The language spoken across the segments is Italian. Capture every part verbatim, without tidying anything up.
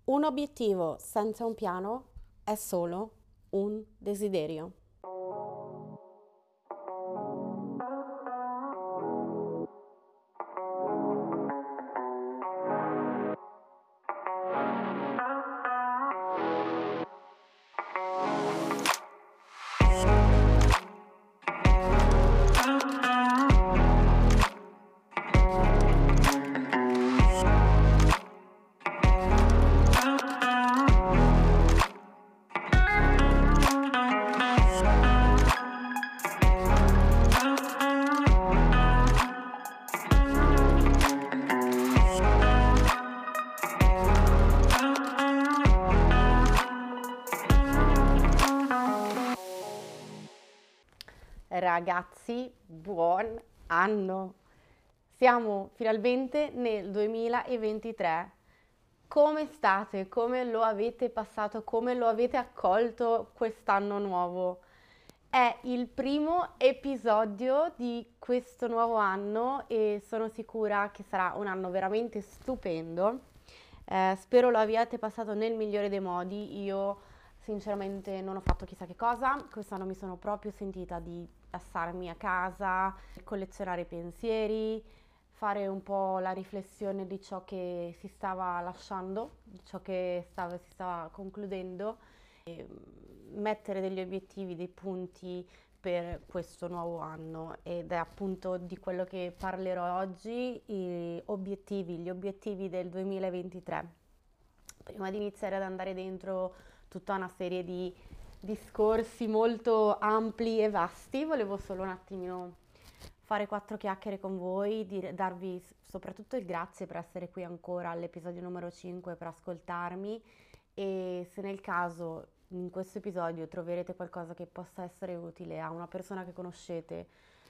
Un obiettivo senza un piano è solo un desiderio. Ragazzi, buon anno! Siamo finalmente nel duemilaventitré. Come state? Come lo avete passato? Come lo avete accolto quest'anno nuovo? È il primo episodio di questo nuovo anno e sono sicura che sarà un anno veramente stupendo. Eh, spero lo abbiate passato nel migliore dei modi. Io sinceramente non ho fatto chissà che cosa. Quest'anno mi sono proprio sentita di rilassarmi a casa, collezionare pensieri, fare un po' la riflessione di ciò che si stava lasciando, di ciò che stava, si stava concludendo, e mettere degli obiettivi, dei punti per questo nuovo anno, ed è appunto di quello che parlerò oggi, gli obiettivi, gli obiettivi del duemilaventitré. Prima di iniziare ad andare dentro tutta una serie di discorsi molto ampli e vasti, volevo solo un attimino fare quattro chiacchiere con voi, dire, darvi soprattutto il grazie per essere qui ancora all'episodio numero cinque, per ascoltarmi, e se nel caso in questo episodio troverete qualcosa che possa essere utile a una persona che conoscete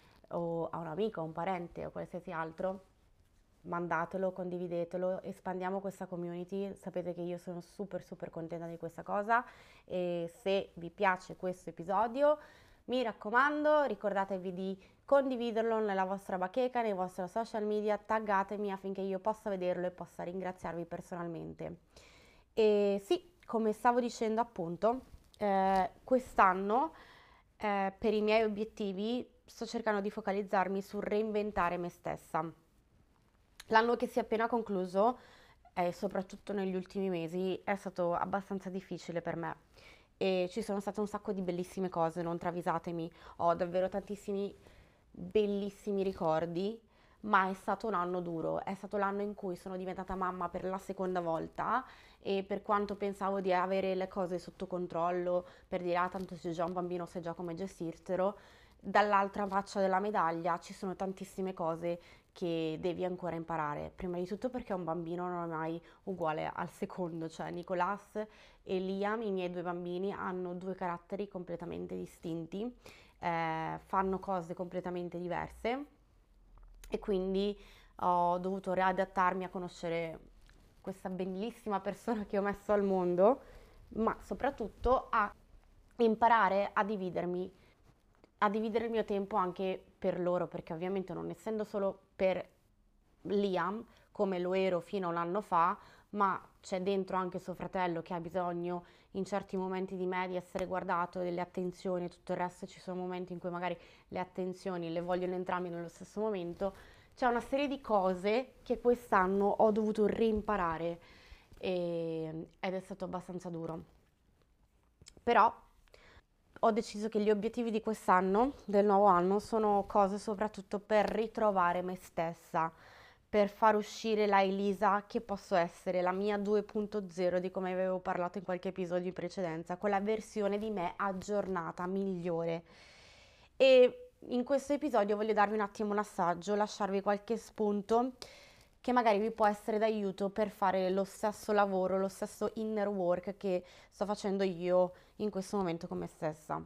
o a un amico, a un parente o qualsiasi altro, mandatelo, condividetelo, espandiamo questa community. Sapete che io sono super super contenta di questa cosa, e se vi piace questo episodio, mi raccomando, ricordatevi di condividerlo nella vostra bacheca, nei vostri social media, taggatemi affinché io possa vederlo e possa ringraziarvi personalmente. E sì, come stavo dicendo appunto, eh, quest'anno eh, per i miei obiettivi sto cercando di focalizzarmi sul reinventare me stessa. L'anno che si è appena concluso, e soprattutto negli ultimi mesi, è stato abbastanza difficile per me e ci sono state un sacco di bellissime cose, non travisatemi, ho davvero tantissimi bellissimi ricordi, ma è stato un anno duro, è stato l'anno in cui sono diventata mamma per la seconda volta, e per quanto pensavo di avere le cose sotto controllo, per dire ah tanto c'è già un bambino, sai già come gestirselo, dall'altra faccia della medaglia ci sono tantissime cose che devi ancora imparare. Prima di tutto perché un bambino non è mai uguale al secondo, cioè Nicolas e Liam, i miei due bambini, hanno due caratteri completamente distinti, eh, fanno cose completamente diverse, e quindi ho dovuto riadattarmi a conoscere questa bellissima persona che ho messo al mondo, ma soprattutto a imparare a dividermi a dividere il mio tempo anche per loro, perché ovviamente non essendo solo per Liam come lo ero fino a un anno fa, ma c'è dentro anche suo fratello che ha bisogno in certi momenti di me di essere guardato, delle attenzioni e tutto il resto. Ci sono momenti in cui magari le attenzioni le vogliono entrambi nello stesso momento. C'è una serie di cose che quest'anno ho dovuto reimparare, e, ed è stato abbastanza duro. Però ho deciso che gli obiettivi di quest'anno, del nuovo anno, sono cose soprattutto per ritrovare me stessa, per far uscire la Elisa che posso essere, la mia due punto zero di come avevo parlato in qualche episodio in precedenza, quella versione di me aggiornata, migliore. E in questo episodio voglio darvi un attimo un assaggio, lasciarvi qualche spunto che magari vi può essere d'aiuto per fare lo stesso lavoro, lo stesso inner work che sto facendo io in questo momento con me stessa.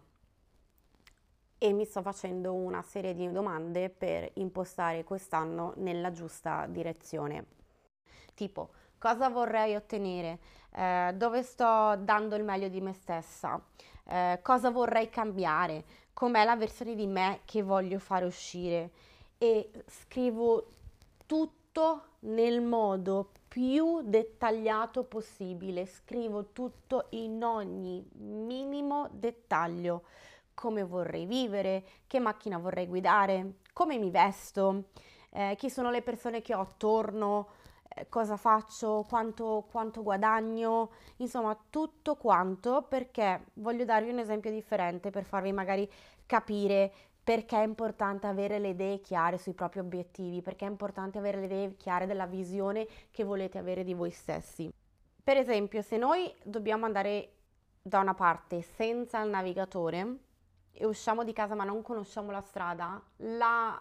E mi sto facendo una serie di domande per impostare quest'anno nella giusta direzione. Tipo, cosa vorrei ottenere? Eh, dove sto dando il meglio di me stessa? Eh, cosa vorrei cambiare? Com'è la versione di me che voglio fare uscire? E scrivo tutto nel modo più dettagliato possibile, scrivo tutto in ogni minimo dettaglio, come vorrei vivere, che macchina vorrei guidare, come mi vesto, eh, chi sono le persone che ho attorno, eh, cosa faccio, quanto, quanto guadagno, insomma tutto quanto, perché voglio darvi un esempio differente per farvi magari capire perché è importante avere le idee chiare sui propri obiettivi, perché è importante avere le idee chiare della visione che volete avere di voi stessi. Per esempio, se noi dobbiamo andare da una parte senza il navigatore e usciamo di casa ma non conosciamo la strada, la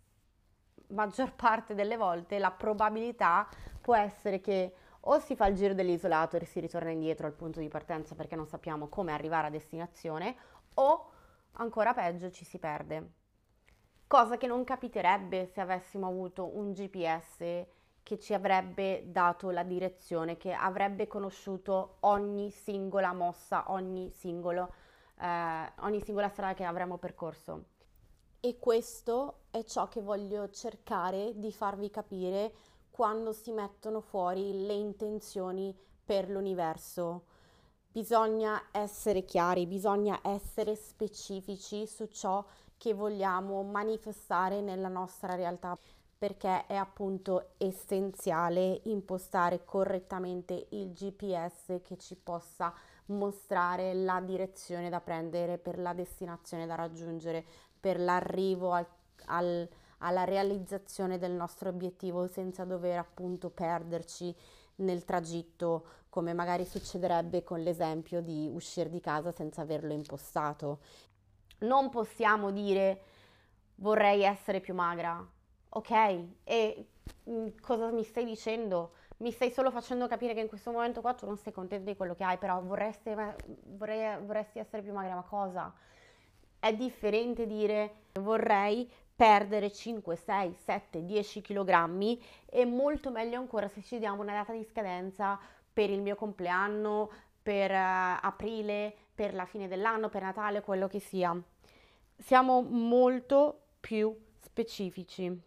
maggior parte delle volte la probabilità può essere che o si fa il giro dell'isolato e si ritorna indietro al punto di partenza perché non sappiamo come arrivare a destinazione, o ancora peggio ci si perde. Cosa che non capiterebbe se avessimo avuto un G P S che ci avrebbe dato la direzione, che avrebbe conosciuto ogni singola mossa, ogni singolo, eh, ogni singola strada che avremmo percorso. E questo è ciò che voglio cercare di farvi capire quando si mettono fuori le intenzioni per l'universo. Bisogna essere chiari, bisogna essere specifici su ciò che vogliamo manifestare nella nostra realtà, perché è appunto essenziale impostare correttamente il G P S che ci possa mostrare la direzione da prendere per la destinazione da raggiungere, per l'arrivo al, al, alla realizzazione del nostro obiettivo senza dover appunto perderci nel tragitto, come magari succederebbe con l'esempio di uscire di casa senza averlo impostato. Non possiamo dire vorrei essere più magra, ok? E mh, cosa mi stai dicendo? Mi stai solo facendo capire che in questo momento qua tu non sei contento di quello che hai, però vorresti, vorrei, vorresti essere più magra, ma cosa? È differente dire vorrei perdere cinque, sei, sette, dieci kg, e molto meglio ancora se ci diamo una data di scadenza per il mio compleanno, per uh, aprile, per la fine dell'anno, per Natale, quello che sia. Siamo molto più specifici.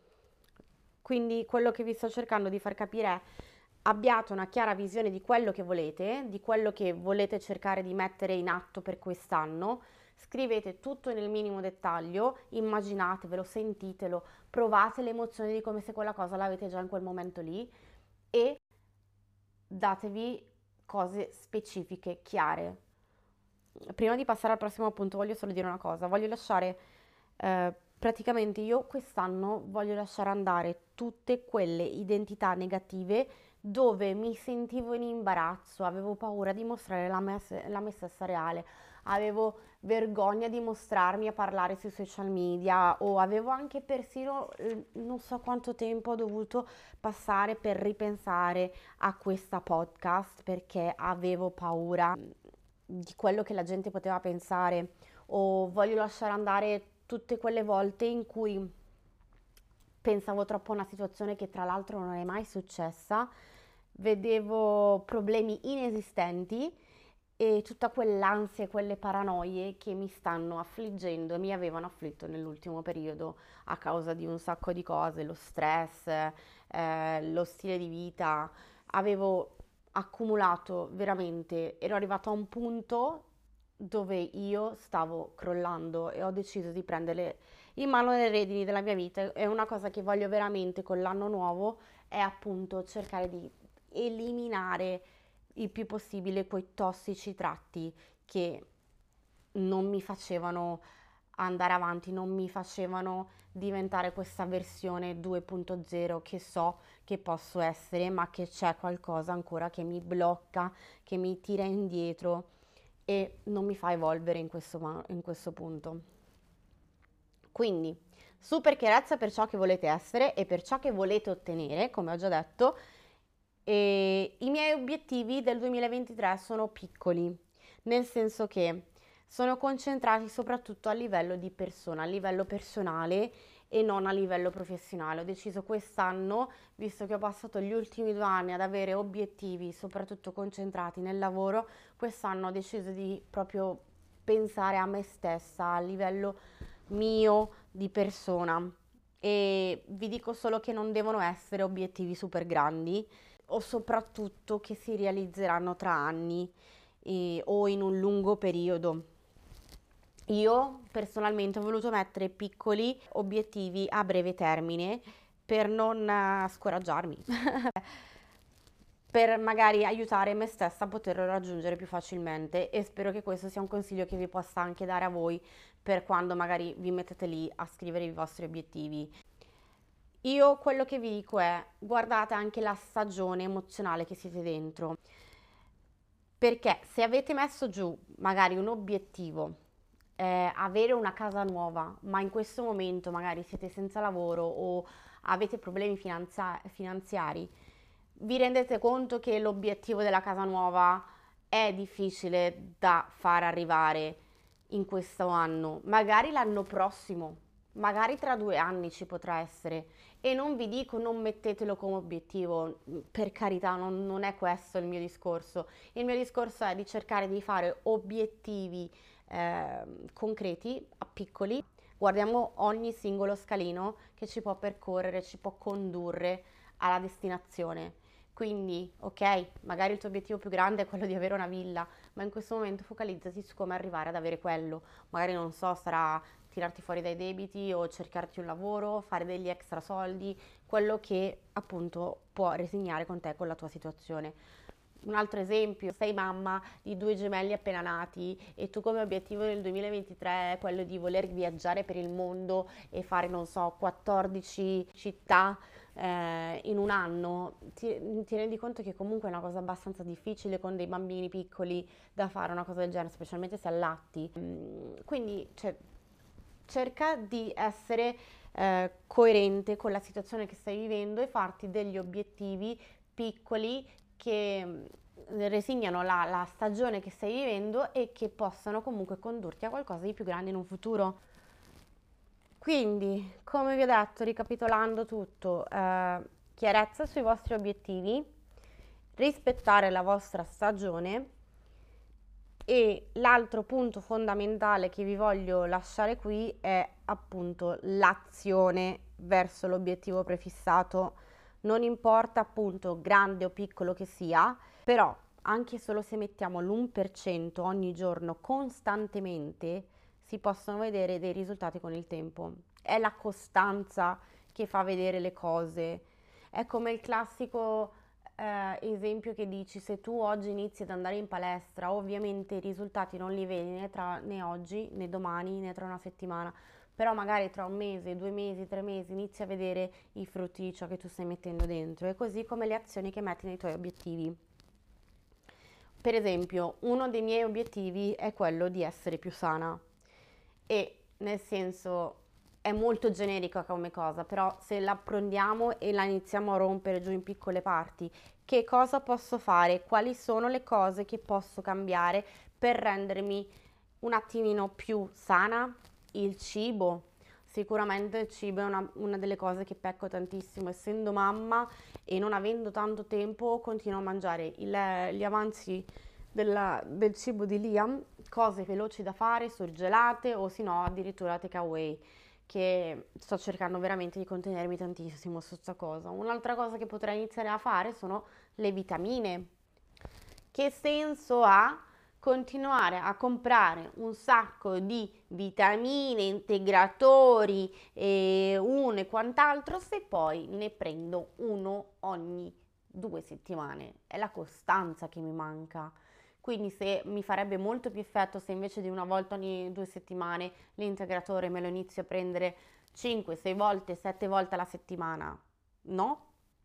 Quindi quello che vi sto cercando di far capire è abbiate una chiara visione di quello che volete, di quello che volete cercare di mettere in atto per quest'anno. Scrivete tutto nel minimo dettaglio, immaginatevelo, sentitelo, provate l'emozione di come se quella cosa l'avete già in quel momento lì e datevi cose specifiche, chiare. Prima di passare al prossimo punto voglio solo dire una cosa, voglio lasciare, eh, praticamente io quest'anno voglio lasciare andare tutte quelle identità negative dove mi sentivo in imbarazzo, avevo paura di mostrare la me, la me stessa reale, avevo vergogna di mostrarmi a parlare sui social media, o avevo anche persino eh, non so quanto tempo ho dovuto passare per ripensare a questa podcast perché avevo paura di quello che la gente poteva pensare, o voglio lasciare andare tutte quelle volte in cui pensavo troppo a una situazione che tra l'altro non è mai successa, vedevo problemi inesistenti e tutta quell'ansia e quelle paranoie che mi stanno affliggendo e mi avevano afflitto nell'ultimo periodo a causa di un sacco di cose, lo stress, eh, lo stile di vita. Avevo accumulato veramente, ero arrivata a un punto dove io stavo crollando e ho deciso di prendere in mano le redini della mia vita. È una cosa che voglio veramente con l'anno nuovo, è appunto cercare di eliminare il più possibile quei tossici tratti che non mi facevano andare avanti, non mi facevano diventare questa versione due punto zero che so che posso essere, ma che c'è qualcosa ancora che mi blocca, che mi tira indietro e non mi fa evolvere in questo, in questo punto. Quindi, super chiarezza per ciò che volete essere e per ciò che volete ottenere, come ho già detto. E i miei obiettivi del duemilaventitré sono piccoli, nel senso che sono concentrati soprattutto a livello di persona, a livello personale e non a livello professionale. Ho deciso quest'anno, visto che ho passato gli ultimi due anni ad avere obiettivi soprattutto concentrati nel lavoro, quest'anno ho deciso di proprio pensare a me stessa, a livello mio di persona. E vi dico solo che non devono essere obiettivi super grandi. o soprattutto che si realizzeranno tra anni eh, o in un lungo periodo. Io personalmente ho voluto mettere piccoli obiettivi a breve termine per non eh, scoraggiarmi, per magari aiutare me stessa a poterlo raggiungere più facilmente, e spero che questo sia un consiglio che vi possa anche dare a voi per quando magari vi mettete lì a scrivere i vostri obiettivi. Io quello che vi dico è: guardate anche la stagione emozionale che siete dentro, perché se avete messo giù magari un obiettivo, eh, avere una casa nuova, ma in questo momento magari siete senza lavoro o avete problemi finanzia- finanziari, vi rendete conto che l'obiettivo della casa nuova è difficile da far arrivare in questo anno, magari l'anno prossimo, magari tra due anni ci potrà essere. E non vi dico non mettetelo come obiettivo, per carità, non, non è questo il mio discorso. Il mio discorso è di cercare di fare obiettivi eh, concreti, piccoli. Guardiamo ogni singolo scalino che ci può percorrere, ci può condurre alla destinazione. Quindi, ok, magari il tuo obiettivo più grande è quello di avere una villa, ma in questo momento focalizzati su come arrivare ad avere quello. Magari non so, sarà tirarti fuori dai debiti o cercarti un lavoro, fare degli extra soldi, quello che appunto può resignare con te, con la tua situazione. Un altro esempio: sei mamma di due gemelli appena nati e tu come obiettivo nel duemilaventitré è quello di voler viaggiare per il mondo e fare, non so, quattordici città eh, in un anno. Ti, ti rendi conto che comunque è una cosa abbastanza difficile con dei bambini piccoli da fare una cosa del genere, specialmente se allatti. Mm, Quindi, cioè, cerca di essere eh, coerente con la situazione che stai vivendo e farti degli obiettivi piccoli che mm, resignano la, la stagione che stai vivendo e che possano comunque condurti a qualcosa di più grande in un futuro. Quindi, come vi ho detto, ricapitolando tutto, eh, chiarezza sui vostri obiettivi, rispettare la vostra stagione, e l'altro punto fondamentale che vi voglio lasciare qui è appunto l'azione verso l'obiettivo prefissato. Non importa appunto grande o piccolo che sia, però anche solo se mettiamo l'uno per cento ogni giorno costantemente si possono vedere dei risultati con il tempo. È la costanza che fa vedere le cose. È come il classico eh, esempio che dici: se tu oggi inizi ad andare in palestra, ovviamente i risultati non li vedi né, tra, né oggi, né domani, né tra una settimana, però magari tra un mese, due mesi, tre mesi inizi a vedere i frutti di ciò che tu stai mettendo dentro. E così come le azioni che metti nei tuoi obiettivi. Per esempio, uno dei miei obiettivi è quello di essere più sana, e nel senso è molto generica come cosa, però se la prendiamo e la iniziamo a rompere giù in piccole parti, che cosa posso fare? Quali sono le cose che posso cambiare per rendermi un attimino più sana? Il cibo. Sicuramente il cibo è una, una delle cose che pecco tantissimo, essendo mamma e non avendo tanto tempo, continuo a mangiare il, gli avanzi della- del cibo di Liam, cose veloci da fare, surgelate o se no addirittura takeaway, che sto cercando veramente di contenermi tantissimo su questa cosa. Un'altra cosa che potrei iniziare a fare sono le vitamine. Che senso ha continuare a comprare un sacco di vitamine, integratori e uno e quant'altro se poi ne prendo uno ogni due settimane? È la costanza che mi manca. Quindi se mi farebbe molto più effetto se invece di una volta ogni due settimane l'integratore me lo inizio a prendere cinque, sei volte, sette volte alla settimana. No?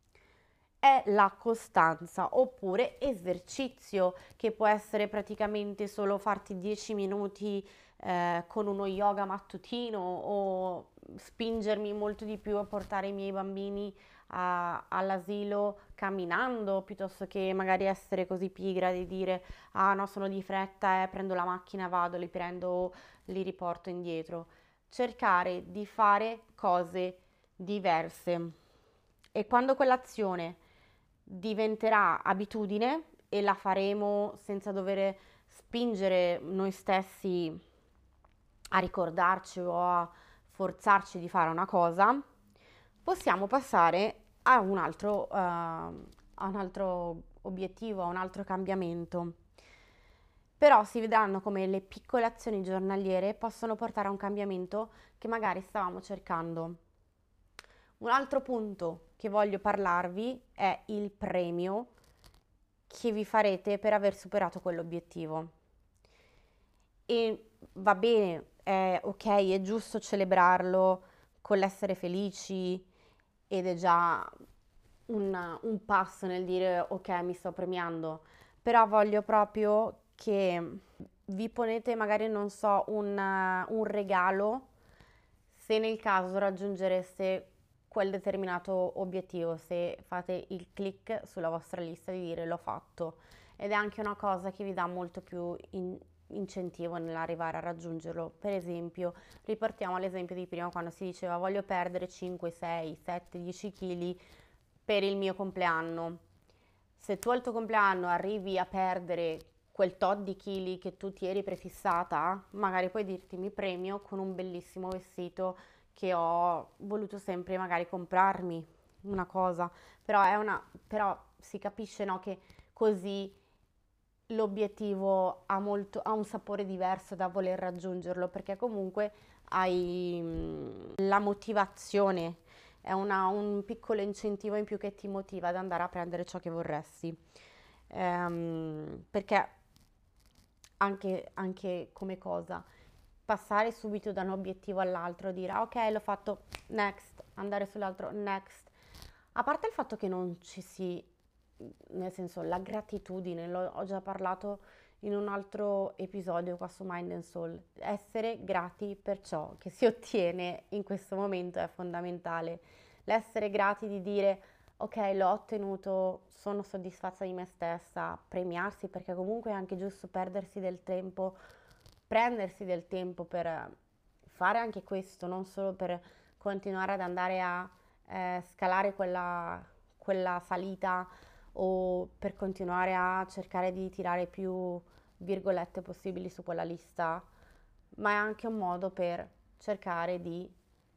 È la costanza, oppure esercizio, che può essere praticamente solo farti dieci minuti eh, con uno yoga mattutino, o spingermi molto di più a portare i miei bambini a- all'asilo camminando, piuttosto che magari essere così pigra di dire: ah no, sono di fretta, eh, prendo la macchina, vado, li prendo, li riporto indietro. Cercare di fare cose diverse, e quando quell'azione diventerà abitudine e la faremo senza dover spingere noi stessi a ricordarci o a forzarci di fare una cosa, possiamo passare a un altro, uh, a un altro obiettivo, a un altro cambiamento. Però si vedranno come le piccole azioni giornaliere possono portare a un cambiamento che magari stavamo cercando. Un altro punto che voglio parlarvi è il premio che vi farete per aver superato quell'obiettivo. E va bene, è ok, è giusto celebrarlo con l'essere felici ed è già un, un passo nel dire ok, mi sto premiando, però voglio proprio che vi ponete magari, non so, un, un regalo se nel caso raggiungereste quel determinato obiettivo, se fate il click sulla vostra lista di dire l'ho fatto. Ed è anche una cosa che vi dà molto più in- incentivo nell'arrivare a raggiungerlo. Per esempio, riportiamo l'esempio di prima quando si diceva voglio perdere cinque, sei, sette, dieci kg per il mio compleanno. Se tu al tuo compleanno arrivi a perdere quel tot di chili che tu ti eri prefissata, magari puoi dirti mi premio con un bellissimo vestito che ho voluto sempre magari comprarmi, una cosa, però è una, però si capisce, no, che così l'obiettivo ha molto, ha un sapore diverso da voler raggiungerlo, perché comunque hai mm, la motivazione, è una- un piccolo incentivo in più che ti motiva ad andare a prendere ciò che vorresti. Ehm, perché anche, anche come cosa, passare subito da un obiettivo all'altro, dire "Ah, ok, l'ho fatto, next, andare sull'altro, next. A parte il fatto che non ci si, nel senso, la gratitudine, l'ho, ho già parlato in un altro episodio qua su Mind and Soul, essere grati per ciò che si ottiene in questo momento è fondamentale. L'essere grati di dire ok, l'ho ottenuto, sono soddisfatta di me stessa, premiarsi perché comunque è anche giusto perdersi del tempo, prendersi del tempo per fare anche questo, non solo per continuare ad andare a eh, scalare quella, quella salita o per continuare a cercare di tirare più virgolette possibili su quella lista, ma è anche un modo per cercare di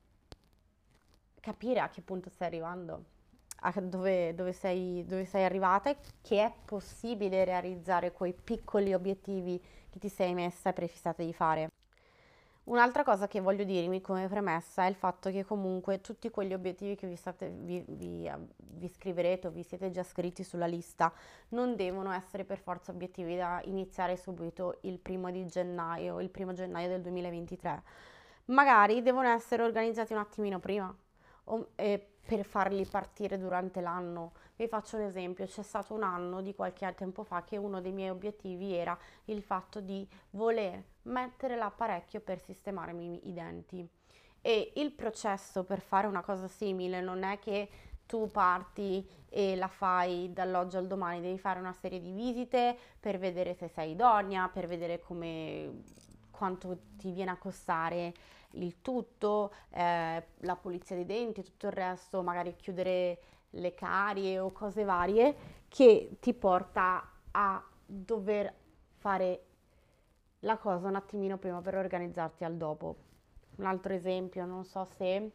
capire a che punto stai arrivando, a dove, dove sei, dove sei arrivata e che è possibile realizzare quei piccoli obiettivi che ti sei messa e prefissata di fare. Un'altra cosa che voglio dirmi come premessa è il fatto che comunque tutti quegli obiettivi che vi, state, vi, vi, vi scriverete o vi siete già scritti sulla lista non devono essere per forza obiettivi da iniziare subito il primo di gennaio, il primo gennaio del duemilaventitré. Magari devono essere organizzati un attimino prima o, eh, per farli partire durante l'anno. Vi faccio un esempio, c'è stato un anno di qualche tempo fa che uno dei miei obiettivi era il fatto di voler mettere l'apparecchio per sistemarmi i denti. E il processo per fare una cosa simile non è che tu parti e la fai dall'oggi al domani, devi fare una serie di visite per vedere se sei idonea, per vedere come, quanto ti viene a costare il tutto, eh, la pulizia dei denti, tutto il resto, magari chiudere le carie o cose varie che ti porta a dover fare la cosa un attimino prima per organizzarti al dopo. Un altro esempio, non so se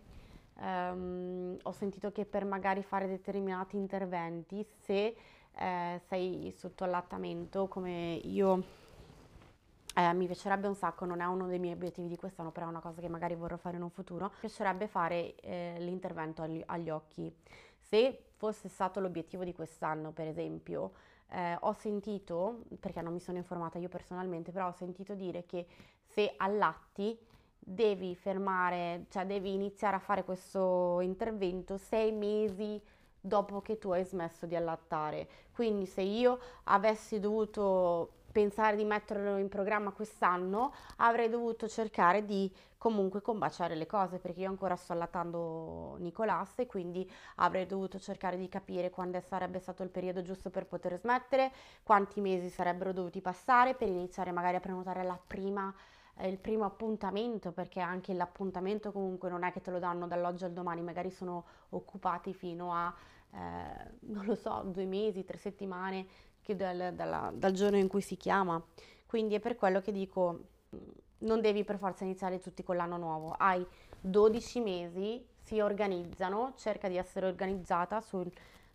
ehm, ho sentito che per magari fare determinati interventi, se eh, sei sotto allattamento come io, eh, mi piacerebbe un sacco, non è uno dei miei obiettivi di quest'anno, però è una cosa che magari vorrò fare in un futuro. Mi piacerebbe fare eh, l'intervento agli, agli occhi. Se fosse stato l'obiettivo di quest'anno, per esempio, eh, ho sentito, perché non mi sono informata io personalmente, però ho sentito dire che se allatti devi fermare, cioè devi iniziare a fare questo intervento sei mesi dopo che tu hai smesso di allattare. Quindi se io avessi dovuto pensare di metterlo in programma quest'anno, avrei dovuto cercare di comunque combaciare le cose perché io ancora sto allattando Nicolas e quindi avrei dovuto cercare di capire quando sarebbe stato il periodo giusto per poter smettere, quanti mesi sarebbero dovuti passare per iniziare magari a prenotare la prima eh, il primo appuntamento, perché anche l'appuntamento comunque non è che te lo danno dall'oggi al domani, magari sono occupati fino a eh, non lo so, due mesi, tre settimane che dal, dalla- dal giorno in cui si chiama. Quindi è per quello che dico, non devi per forza iniziare tutti con l'anno nuovo, hai dodici mesi, si organizzano, cerca di essere organizzata sul,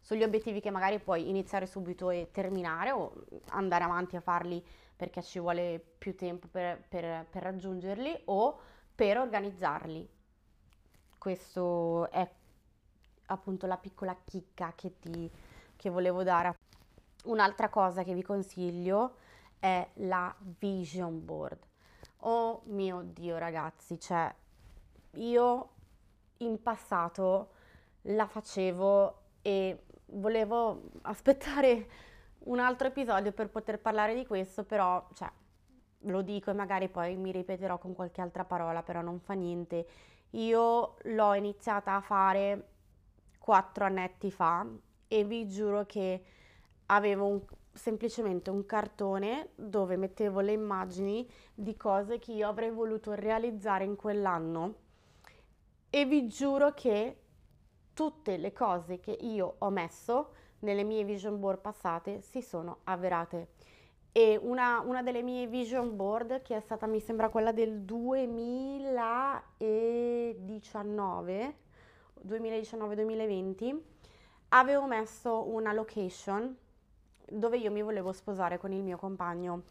sugli obiettivi che magari puoi iniziare subito e terminare o andare avanti a farli perché ci vuole più tempo per, per, per raggiungerli o per organizzarli. Questo è appunto la piccola chicca che ti che volevo dare. Un'altra cosa che vi consiglio è la vision board. Oh mio Dio, ragazzi, cioè io in passato la facevo e volevo aspettare un altro episodio per poter parlare di questo, però, cioè, lo dico e magari poi mi ripeterò con qualche altra parola, però non fa niente. Io l'ho iniziata a fare quattro annetti fa e vi giuro che avevo un- semplicemente un cartone dove mettevo le immagini di cose che io avrei voluto realizzare in quell'anno e vi giuro che tutte le cose che io ho messo nelle mie vision board passate si sono avverate. E una, una delle mie vision board, che è stata, mi sembra, quella del duemiladiciannove, duemiladiciannove-duemilaventi, avevo messo una location dove io mi volevo sposare con il mio compagno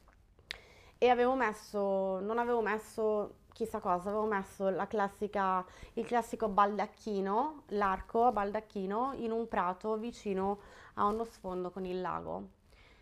e avevo messo, non avevo messo chissà cosa, avevo messo la classica, il classico baldacchino, l'arco a baldacchino in un prato vicino a uno sfondo con il lago.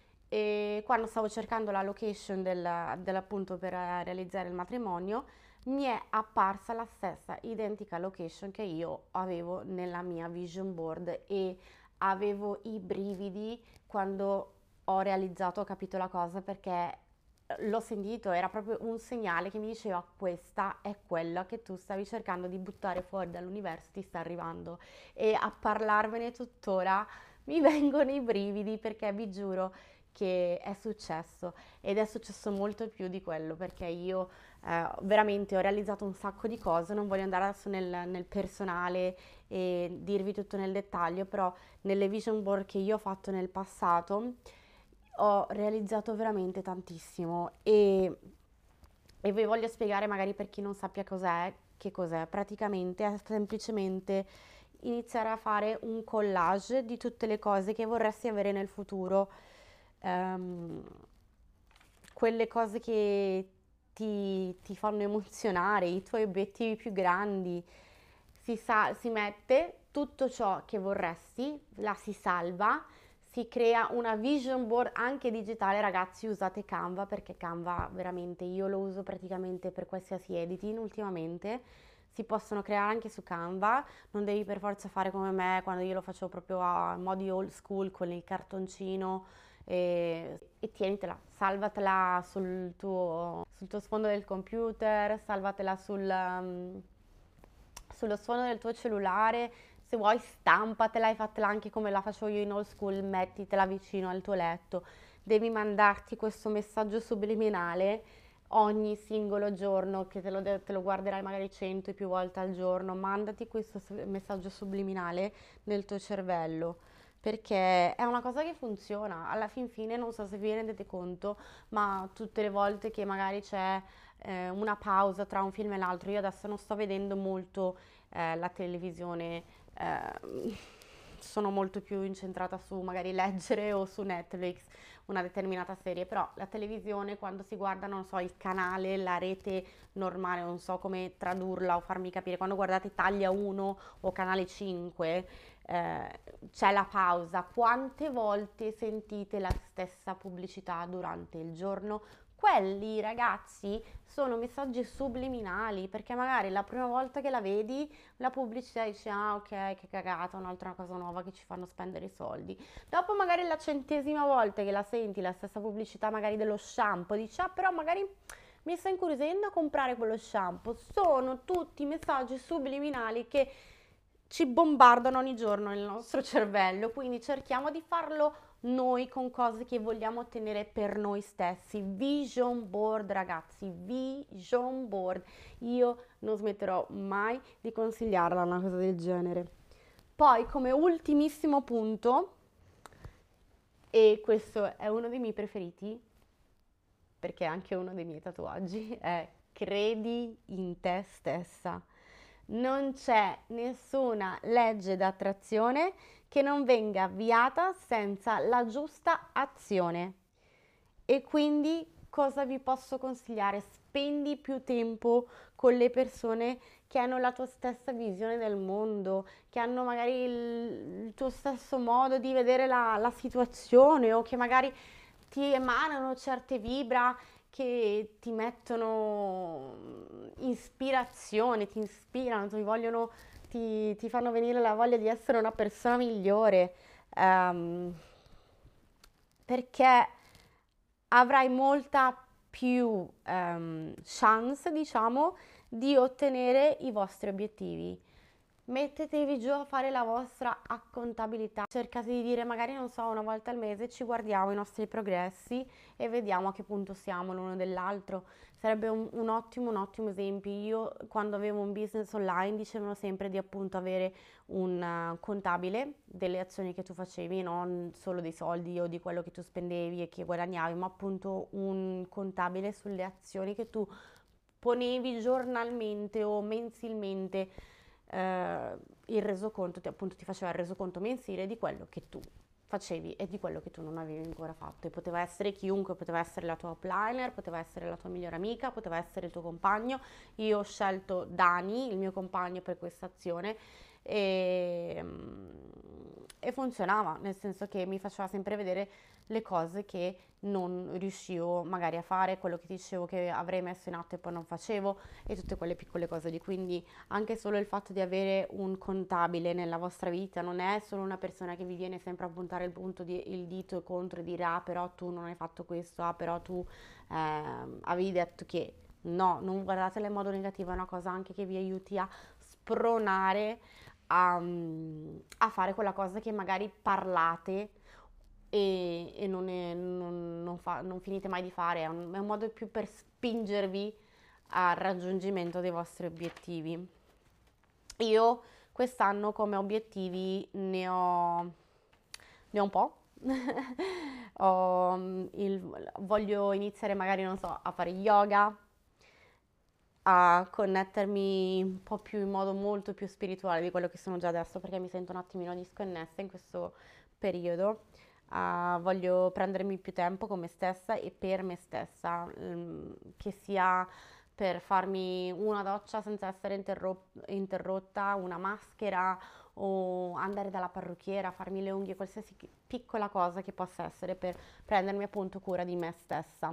E quando stavo cercando la location del, dell'appunto per eh, realizzare il matrimonio, mi è apparsa la stessa identica location che io avevo nella mia vision board e avevo i brividi quando ho realizzato, ho capito la cosa perché l'ho sentito, era proprio un segnale che mi diceva questa è quella che tu stavi cercando di buttare fuori dall'universo, ti sta arrivando e a parlarvene tuttora mi vengono i brividi perché vi giuro che è successo ed è successo molto più di quello perché io eh, veramente ho realizzato un sacco di cose, non voglio andare adesso nel, nel personale e dirvi tutto nel dettaglio, però nelle vision board che io ho fatto nel passato ho realizzato veramente tantissimo e, e vi voglio spiegare magari per chi non sappia cos'è, che cos'è. Praticamente è semplicemente iniziare a fare un collage di tutte le cose che vorresti avere nel futuro, ehm, quelle cose che ti, ti fanno emozionare, i tuoi obiettivi più grandi. Si, sa- si mette tutto ciò che vorresti, la si salva, si crea una vision board anche digitale. Ragazzi, usate Canva perché Canva veramente io lo uso praticamente per qualsiasi editing ultimamente. Si possono creare anche su Canva, non devi per forza fare come me quando io lo facevo proprio a modi old school con il cartoncino e, e tienitela, salvatela sul tuo, sul tuo sfondo del computer, salvatela sul, um, sullo sfondo del tuo cellulare, se vuoi stampatela e fatela anche come la facevo io in old school, mettitela vicino al tuo letto. Devi mandarti questo messaggio subliminale ogni singolo giorno, che te lo, de- te lo guarderai magari cento e più volte al giorno, mandati questo su- messaggio subliminale nel tuo cervello, perché è una cosa che funziona. Alla fin fine, non so se vi rendete conto, ma tutte le volte che magari c'è eh, una pausa tra un film e l'altro, io adesso non sto vedendo molto eh, la televisione, eh, sono molto più incentrata su magari leggere o su Netflix una determinata serie, però la televisione quando si guarda, non so, il canale, la rete normale, non so come tradurla o farmi capire, quando guardate Italia uno o Canale cinque, eh, c'è la pausa. Quante volte sentite la stessa pubblicità durante il giorno? Quelli, ragazzi, sono messaggi subliminali, perché magari la prima volta che la vedi, la pubblicità dice, ah ok, che cagata, un'altra cosa nuova che ci fanno spendere i soldi. Dopo magari la centesima volta che la senti, la stessa pubblicità magari dello shampoo, dici, ah però magari mi sta incuriosendo a comprare quello shampoo. Sono tutti messaggi subliminali che ci bombardano ogni giorno nel nostro cervello, quindi cerchiamo di farlo noi con cose che vogliamo ottenere per noi stessi. Vision board, ragazzi, vision board. Io non smetterò mai di consigliarla una cosa del genere. Poi, come ultimissimo punto, e questo è uno dei miei preferiti, perché è anche uno dei miei tatuaggi, è credi in te stessa. Non c'è nessuna legge d'attrazione che non venga avviata senza la giusta azione. E quindi cosa vi posso consigliare? Spendi più tempo con le persone che hanno la tua stessa visione del mondo, che hanno magari il, il tuo stesso modo di vedere la, la situazione o che magari ti emanano certe vibra che ti mettono ispirazione, ti ispirano, ti vogliono, ti, ti fanno venire la voglia di essere una persona migliore. Ehm, perché avrai molta più ehm, chance, diciamo, di ottenere i vostri obiettivi. Mettetevi giù a fare la vostra accontabilità. Cercate di dire, magari non so, una volta al mese ci guardiamo i nostri progressi e vediamo a che punto siamo l'uno dell'altro. Sarebbe un, un ottimo, un ottimo esempio. Io quando avevo un business online dicevano sempre di appunto avere un uh, contabile delle azioni che tu facevi, non solo dei soldi o di quello che tu spendevi e che guadagnavi, ma appunto un contabile sulle azioni che tu ponevi giornalmente o mensilmente. Eh, il resoconto, ti, appunto ti faceva il resoconto mensile di quello che tu facevi e di quello che tu non avevi ancora fatto, e poteva essere chiunque, poteva essere la tua upliner, poteva essere la tua migliore amica, poteva essere il tuo compagno. Io ho scelto Dani, il mio compagno, per questa azione e, e funzionava, nel senso che mi faceva sempre vedere le cose che non riuscivo magari a fare, quello che dicevo che avrei messo in atto e poi non facevo, e tutte quelle piccole cose lì. Quindi anche solo il fatto di avere un contabile nella vostra vita non è solo una persona che vi viene sempre a puntare il punto di, il dito contro e dire ah però tu non hai fatto questo, ah però tu eh, avevi detto che. No, non guardatela in modo negativo, è una cosa anche che vi aiuti a spronare a, a fare quella cosa che magari parlate e, e non, è- non- non fa- non finite mai di fare. È un, è un modo più per spingervi al raggiungimento dei vostri obiettivi. Io quest'anno come obiettivi ne ho, ne ho un po'. Ho, mm, il- voglio iniziare magari, non so, a fare yoga, a connettermi un po' più in modo molto più spirituale di quello che sono già adesso, perché mi sento un attimino disconnessa in questo periodo. Ah, voglio prendermi più tempo con me stessa e per me stessa, mm, che sia per farmi una doccia senza essere interro- interrotta, una maschera o andare dalla parrucchiera, farmi le unghie, qualsiasi chi- piccola cosa che possa essere per prendermi appunto cura di me stessa.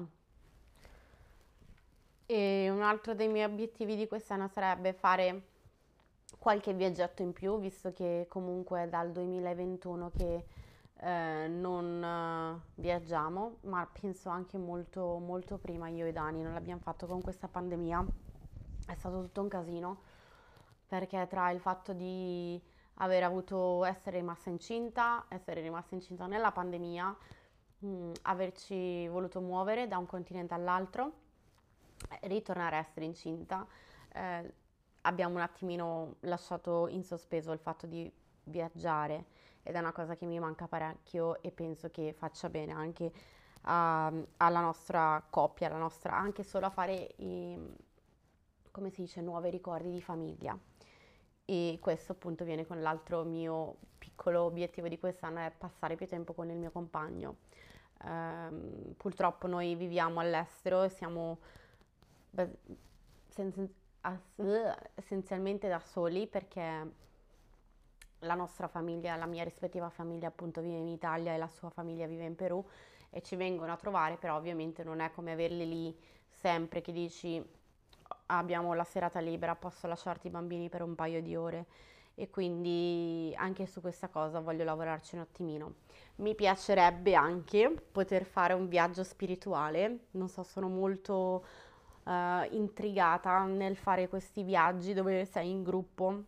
E un altro dei miei obiettivi di quest'anno sarebbe fare qualche viaggetto in più, visto che comunque è dal duemilaventuno che eh, non eh, viaggiamo, ma penso anche molto, molto prima io e Dani non l'abbiamo fatto con questa pandemia. È stato tutto un casino, perché tra il fatto di aver avuto, essere rimasta incinta, essere rimasta incinta nella pandemia, mh, averci voluto muovere da un continente all'altro, ritornare a essere incinta, eh, abbiamo un attimino lasciato in sospeso il fatto di viaggiare, ed è una cosa che mi manca parecchio e penso che faccia bene anche a- alla nostra coppia, alla nostra, anche solo a fare i, come si dice, nuovi ricordi di famiglia. E questo appunto viene con l'altro mio piccolo obiettivo di quest'anno, è passare più tempo con il mio compagno. Ehm, purtroppo noi viviamo all'estero e siamo beh, sen- as- essenzialmente da soli, perché la nostra famiglia, la mia rispettiva famiglia appunto vive in Italia e la sua famiglia vive in Perù, e ci vengono a trovare, però ovviamente non è come averli lì sempre, che dici abbiamo la serata libera, posso lasciarti i bambini per un paio di ore, e quindi anche su questa cosa voglio lavorarci un attimino. Mi piacerebbe anche poter fare un viaggio spirituale, non so, sono molto eh, intrigata nel fare questi viaggi dove sei in gruppo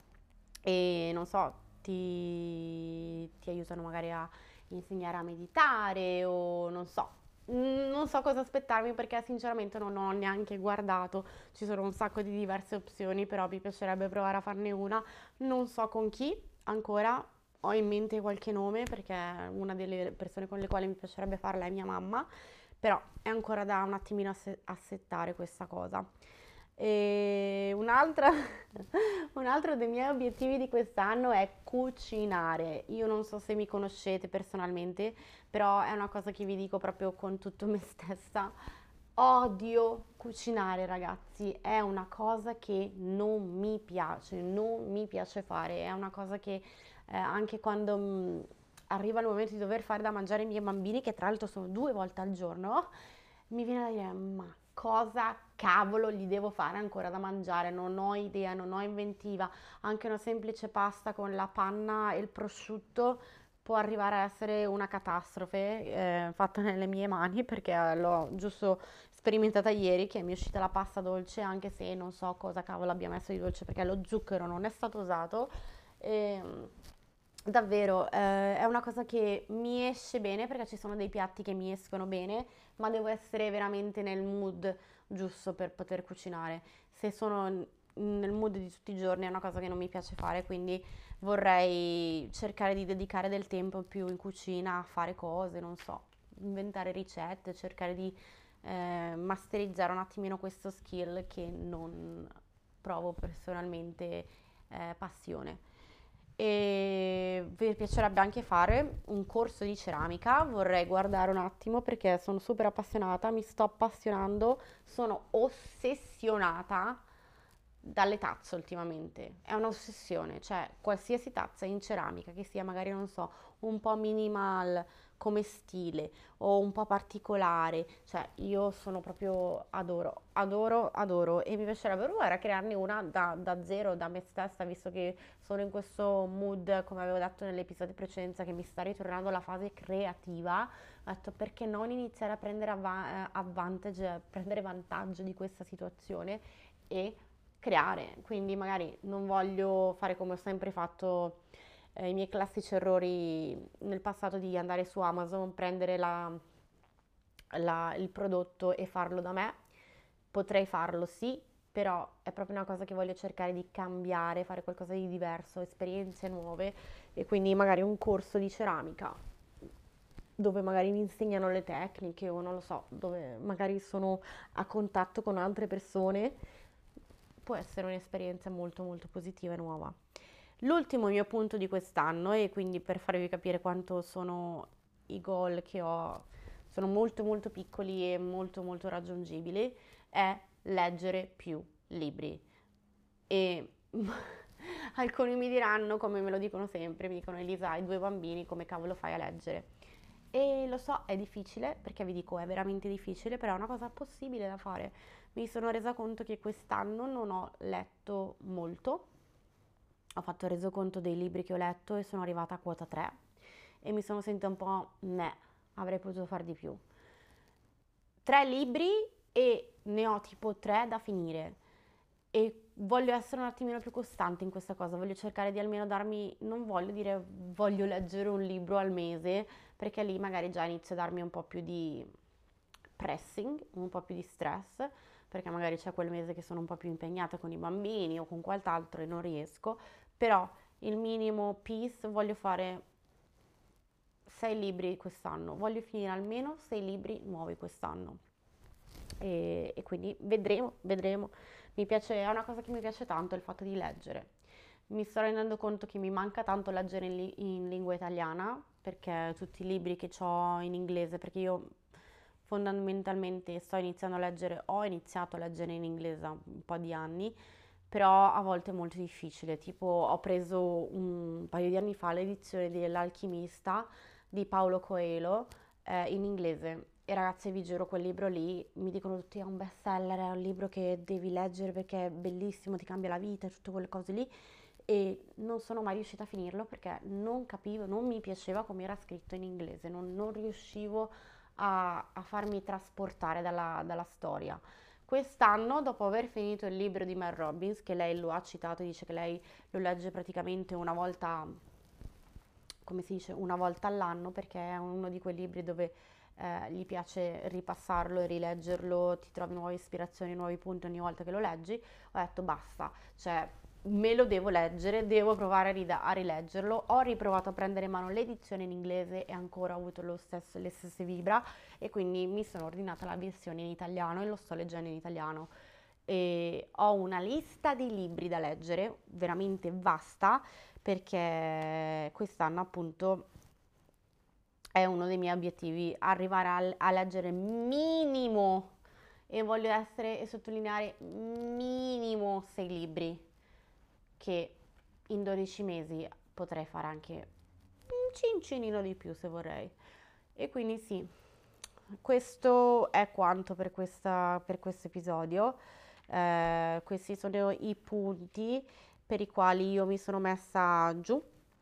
e non so, ti, ti aiutano magari a insegnare a meditare o non so. Mm, Non so cosa aspettarmi, perché sinceramente non ho neanche guardato, ci sono un sacco di diverse opzioni, però mi piacerebbe provare a farne una. Non so con chi ancora, ho in mente qualche nome perché una delle persone con le quali mi piacerebbe farla è mia mamma, però è ancora da un attimino asse- assettare questa cosa. E un'altra, un altro dei miei obiettivi di quest'anno è cucinare. Io non so se mi conoscete personalmente, però è una cosa che vi dico proprio con tutto me stessa. Odio cucinare, ragazzi, è una cosa che non mi piace, non mi piace fare, è una cosa che eh, anche quando mh, arriva il momento di dover fare da mangiare ai miei bambini, che tra l'altro sono due volte al giorno, mi viene da dire, ma cosa cavolo gli devo fare ancora da mangiare? Non ho idea, non ho inventiva. Anche una semplice pasta con la panna e il prosciutto può arrivare a essere una catastrofe eh, fatta nelle mie mani perché eh, l'ho giusto sperimentata ieri che mi è uscita la pasta dolce anche se non so cosa cavolo abbia messo di dolce perché lo zucchero non è stato usato. Ehm, Davvero, eh, è una cosa che mi esce bene perché ci sono dei piatti che mi escono bene, ma devo essere veramente nel mood giusto per poter cucinare. Se sono n- nel mood di tutti i giorni è una cosa che non mi piace fare, quindi vorrei cercare di dedicare del tempo più in cucina a fare cose, non so, inventare ricette, cercare di eh, masterizzare un attimino questo skill che non provo personalmente eh, passione. E mi piacerebbe anche fare un corso di ceramica, vorrei guardare un attimo perché sono super appassionata, mi sto appassionando, sono ossessionata dalle tazze ultimamente. È un'ossessione, cioè qualsiasi tazza in ceramica, che sia magari, non so, un po' minimal come stile o un po' particolare, cioè io sono proprio adoro, adoro, adoro e mi piacerebbe provare a crearne una da, da zero, da me stessa, visto che sono in questo mood, come avevo detto nell'episodio precedente, che mi sta ritornando la fase creativa. Ho detto perché non iniziare a prendere avva- eh, advantage, prendere vantaggio di questa situazione e creare, quindi magari non voglio fare come ho sempre fatto eh, i miei classici errori nel passato di andare su Amazon, prendere la- la- il prodotto e farlo da me. Potrei farlo, sì, però è proprio una cosa che voglio cercare di cambiare, fare qualcosa di diverso, esperienze nuove e quindi magari un corso di ceramica dove magari mi insegnano le tecniche o non lo so, dove magari sono a contatto con altre persone può essere un'esperienza molto molto positiva e nuova. L'ultimo mio punto di quest'anno, e quindi per farvi capire quanto sono i goal che ho, sono molto molto piccoli e molto molto raggiungibili, è leggere più libri. E alcuni mi diranno, come me lo dicono sempre, mi dicono Elisa, hai due bambini, come cavolo fai a leggere? E lo so, è difficile, perché vi dico, è veramente difficile, però è una cosa possibile da fare. Mi sono resa conto che quest'anno non ho letto molto, ho fatto il resoconto dei libri che ho letto e sono arrivata a quota tre e mi sono sentita un po' meh, avrei potuto fare di più. Tre libri e ne ho tipo tre da finire e voglio essere un attimino più costante in questa cosa, voglio cercare di almeno darmi, non voglio dire voglio leggere un libro al mese, perché lì magari già inizio a darmi un po' più di pressing, un po' più di stress, perché magari c'è quel mese che sono un po' più impegnata con i bambini o con qualcos'altro e non riesco, però il minimo peace voglio fare sei libri quest'anno, voglio finire almeno sei libri nuovi quest'anno e, e quindi vedremo, vedremo. Mi piace, è una cosa che mi piace tanto il fatto di leggere. Mi sto rendendo conto che mi manca tanto leggere in, li- in lingua italiana perché tutti i libri che ho in inglese, perché io fondamentalmente sto iniziando a leggere, ho iniziato a leggere in inglese da un po' di anni, però a volte è molto difficile. Tipo, ho preso un paio di anni fa l'edizione dell'Alchimista di Paolo Coelho eh, in inglese. E ragazzi, vi giuro, quel libro lì mi dicono tutti è un bestseller, è un libro che devi leggere perché è bellissimo, ti cambia la vita, tutte quelle cose lì. E non sono mai riuscita a finirlo perché non capivo, non mi piaceva come era scritto in inglese, non, non riuscivo a, a farmi trasportare dalla, dalla storia. Quest'anno, dopo aver finito il libro di Mel Robbins, che lei lo ha citato, dice che lei lo legge praticamente una volta, come si dice, una volta all'anno, perché è uno di quei libri dove eh, gli piace ripassarlo e rileggerlo, ti trovi nuove ispirazioni, nuovi punti ogni volta che lo leggi. Ho detto basta, cioè me lo devo leggere, devo provare a, rida- a rileggerlo. Ho riprovato a prendere in mano l'edizione in inglese e ancora ho avuto lo stesso, le stesse vibra e quindi mi sono ordinata la versione in italiano e lo sto leggendo in italiano. e ho una lista di libri da leggere veramente vasta perché quest'anno appunto è uno dei miei obiettivi, arrivare a, a leggere minimo, e voglio essere e sottolineare minimo sei libri, che in dodici mesi potrei fare anche un cincinino di più se vorrei. E quindi sì, questo è quanto per questa, per questo episodio. Eh, questi sono i punti per i quali io mi sono messa giù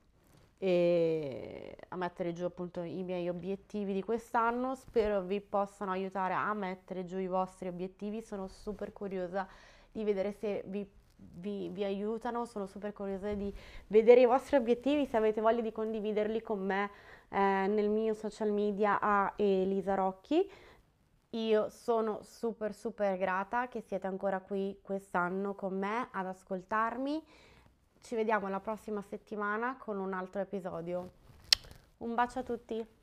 e a mettere giù appunto i miei obiettivi di quest'anno. Spero vi possano aiutare a mettere giù i vostri obiettivi. Sono super curiosa di vedere se vi, vi, vi aiutano. Sono super curiosa di vedere i vostri obiettivi, se avete voglia di condividerli con me eh, nel mio social media a Elisa Rocchi. Io sono super super grata che siete ancora qui quest'anno con me ad ascoltarmi. Ci vediamo la prossima settimana con un altro episodio. Un bacio a tutti!